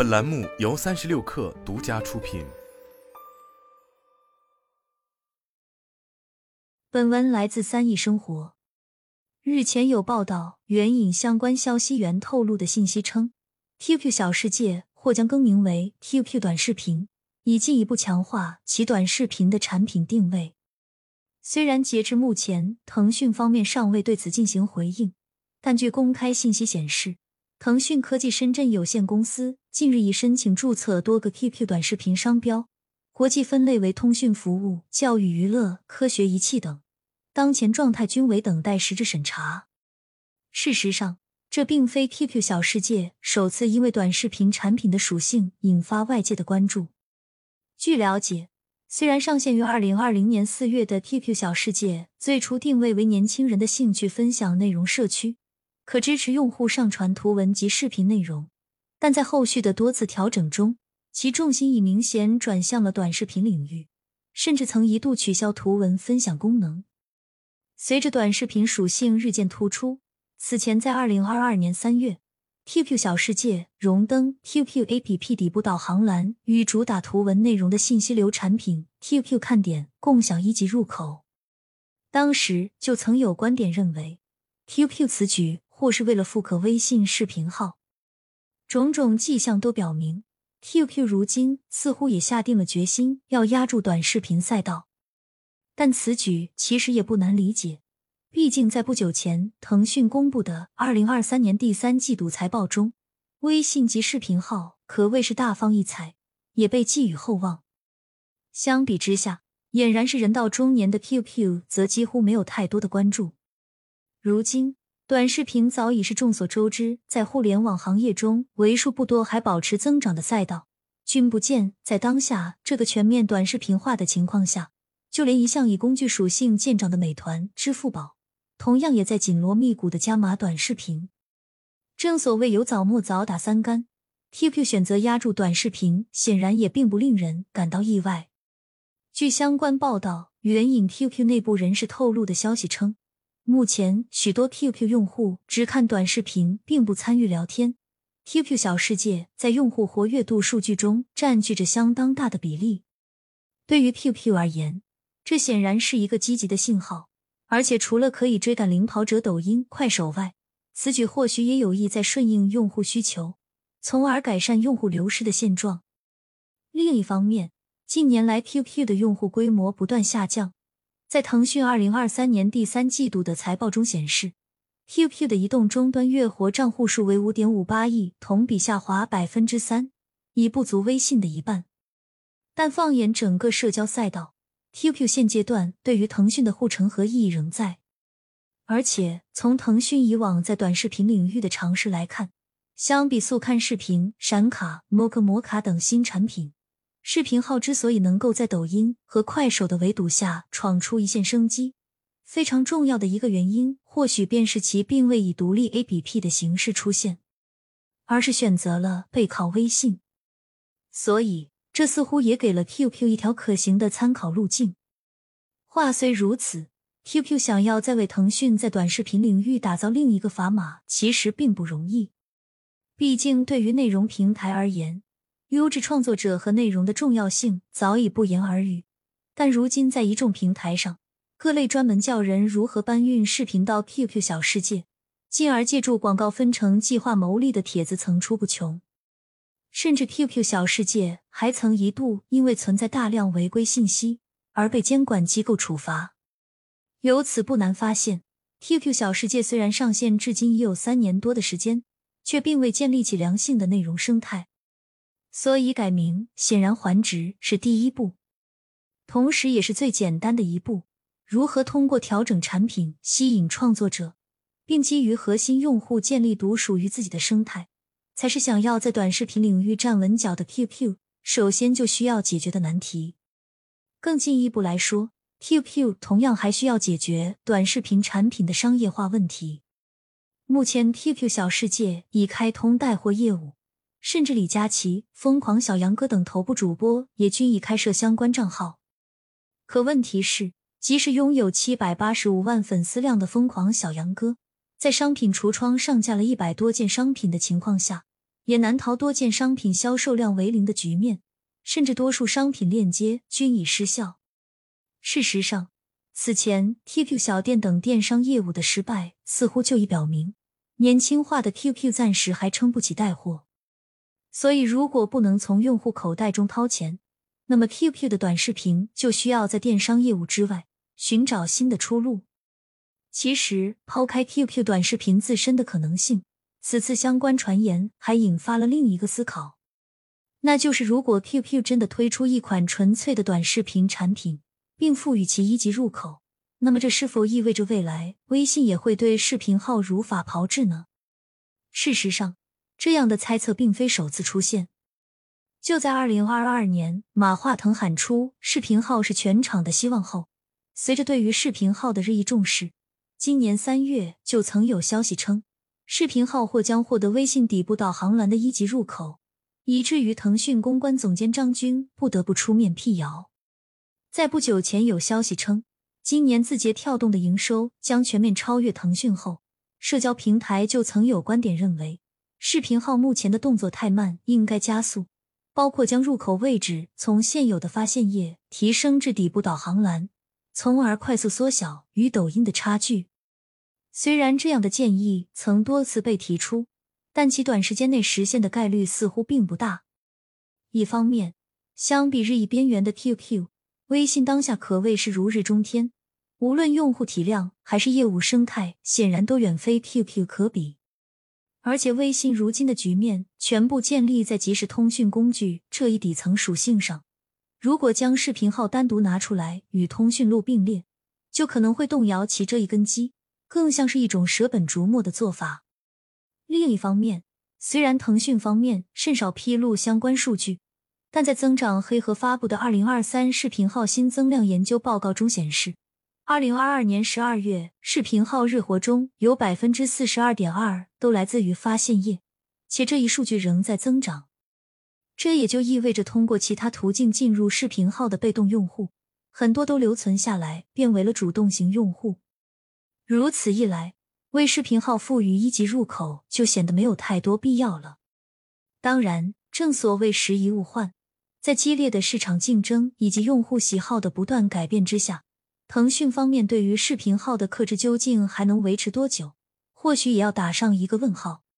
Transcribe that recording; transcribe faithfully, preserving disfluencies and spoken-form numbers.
本栏目由三十六氪独家出品。 本文来自三亿生活。日前有报道援引相关消息源透露的信息称 ，Q Q 小世界或将更名为 Q Q 短视频，以进一步强化其短视频的产品定位。虽然截至目前，腾讯方面尚未对此进行回应，但据公开信息显示，腾讯科技深圳有限公司近日已申请注册多个 Q Q 短视频商标，国际分类为通讯服务、教育娱乐、科学仪器等，当前状态均为等待实质审查。事实上，这并非 Q Q 小世界首次因为短视频产品的属性引发外界的关注。据了解，虽然上线于二零二零年四月的 Q Q 小世界最初定位为年轻人的兴趣分享内容社区，可支持用户上传图文及视频内容，但在后续的多次调整中，其重心已明显转向了短视频领域，甚至曾一度取消图文分享功能。随着短视频属性日渐突出，此前在二零二二年三月 ，Q Q 小世界荣登 Q Q A P P 底部导航栏与主打图文内容的信息流产品 Q Q 看点共享一级入口。当时就曾有观点认为 ，Q Q 此举或是为了复刻微信视频号。种种迹象都表明 ，Q Q 如今似乎也下定了决心要压住短视频赛道。但此举其实也不难理解，毕竟在不久前，腾讯公布的二零二三年第三季度财报中，微信及视频号可谓是大放异彩，也被寄予厚望。相比之下，俨然是人到中年的 Q Q 则几乎没有太多的关注。如今，短视频早已是众所周知，在互联网行业中为数不多还保持增长的赛道。君不见，在当下这个全面短视频化的情况下，就连一向以工具属性见长的美团、支付宝，同样也在紧锣密鼓的加码短视频。正所谓有早莫早打三竿 ，Q Q 选择压住短视频，显然也并不令人感到意外。据相关报道，援引 Q Q 内部人士透露的消息称，目前许多 Q Q 用户只看短视频，并不参与聊天。Q Q 小世界在用户活跃度数据中占据着相当大的比例。对于 Q Q 而言，这显然是一个积极的信号，而且除了可以追赶领跑者抖音、快手外，此举或许也有意在顺应用户需求，从而改善用户流失的现状。另一方面，近年来 Q Q 的用户规模不断下降，在腾讯二零二三年第三季度的财报中显示， Q Q 的移动终端月活账户数为 五点五八亿，同比下滑 百分之三， 已不足微信的一半。但放眼整个社交赛道， Q Q 现阶段对于腾讯的护城河意义仍在。而且从腾讯以往在短视频领域的尝试来看，相比速看视频、闪卡、摩克摩卡等新产品，视频号之所以能够在抖音和快手的围堵下闯出一线生机，非常重要的一个原因或许便是其并未以独立 A P P 的形式出现，而是选择了背靠微信。所以这似乎也给了 Q Q 一条可行的参考路径。话虽如此， Q Q 想要再为腾讯在短视频领域打造另一个砝码，其实并不容易。毕竟对于内容平台而言，优质创作者和内容的重要性早已不言而喻，但如今在一众平台上，各类专门教人如何搬运视频到 Q Q 小世界，进而借助广告分成计划牟利的帖子层出不穷。甚至 Q Q 小世界还曾一度因为存在大量违规信息而被监管机构处罚。由此不难发现， Q Q 小世界虽然上线至今已有三年多的时间，却并未建立起良性的内容生态。所以改名显然还职是第一步，同时也是最简单的一步。如何通过调整产品吸引创作者，并基于核心用户建立独属于自己的生态，才是想要在短视频领域站稳脚的 Q Q 首先就需要解决的难题。更进一步来说， Q Q 同样还需要解决短视频产品的商业化问题。目前 Q Q 小世界已开通带货业务，甚至李佳琦、疯狂小杨哥等头部主播也均已开设相关账号。可问题是，即使拥有七百八十五万粉丝量的疯狂小杨哥，在商品橱窗上架了一百多件商品的情况下， 也难逃多件商品销售量为零的局面，甚至多数商品链接均已失效。事实上，此前 Q Q 小店等电商业务的失败似乎就已表明，年轻化的 Q Q 暂时还撑不起带货。所以如果不能从用户口袋中掏钱，那么 Q Q 的短视频就需要在电商业务之外寻找新的出路。其实，抛开 Q Q 短视频自身的可能性，此次相关传言还引发了另一个思考，那就是如果 Q Q 真的推出一款纯粹的短视频产品，并赋予其一级入口，那么这是否意味着未来微信也会对视频号如法炮制呢？事实上，这样的猜测并非首次出现。就在二零二二年，马化腾喊出视频号是全场的希望后，随着对于视频号的日益重视，今年三月就曾有消息称，视频号或将获得微信底部导航栏的一级入口，以至于腾讯公关总监张军不得不出面辟谣。在不久前有消息称，今年字节跳动的营收将全面超越腾讯后，社交平台就曾有观点认为，视频号目前的动作太慢，应该加速，包括将入口位置从现有的发现页提升至底部导航栏，从而快速缩小与抖音的差距。虽然这样的建议曾多次被提出，但其短时间内实现的概率似乎并不大。一方面，相比日益边缘的 Q Q， 微信当下可谓是如日中天，无论用户体量还是业务生态，显然都远非 Q Q 可比。而且微信如今的局面全部建立在即时通讯工具这一底层属性上，如果将视频号单独拿出来与通讯录并列，就可能会动摇其这一根基，更像是一种舍本逐末的做法。另一方面，虽然腾讯方面甚少披露相关数据，但在增长黑盒发布的二零二三视频号新增量研究报告中显示，二零二二年十二月视频号日活中有 百分之四十二点二 都来自于发现页，且这一数据仍在增长。这也就意味着通过其他途径进入视频号的被动用户，很多都留存下来，变为了主动型用户。如此一来，为视频号赋予一级入口就显得没有太多必要了。当然，正所谓时移物换，在激烈的市场竞争以及用户喜好的不断改变之下，腾讯方面对于视频号的克制究竟还能维持多久，或许也要打上一个问号。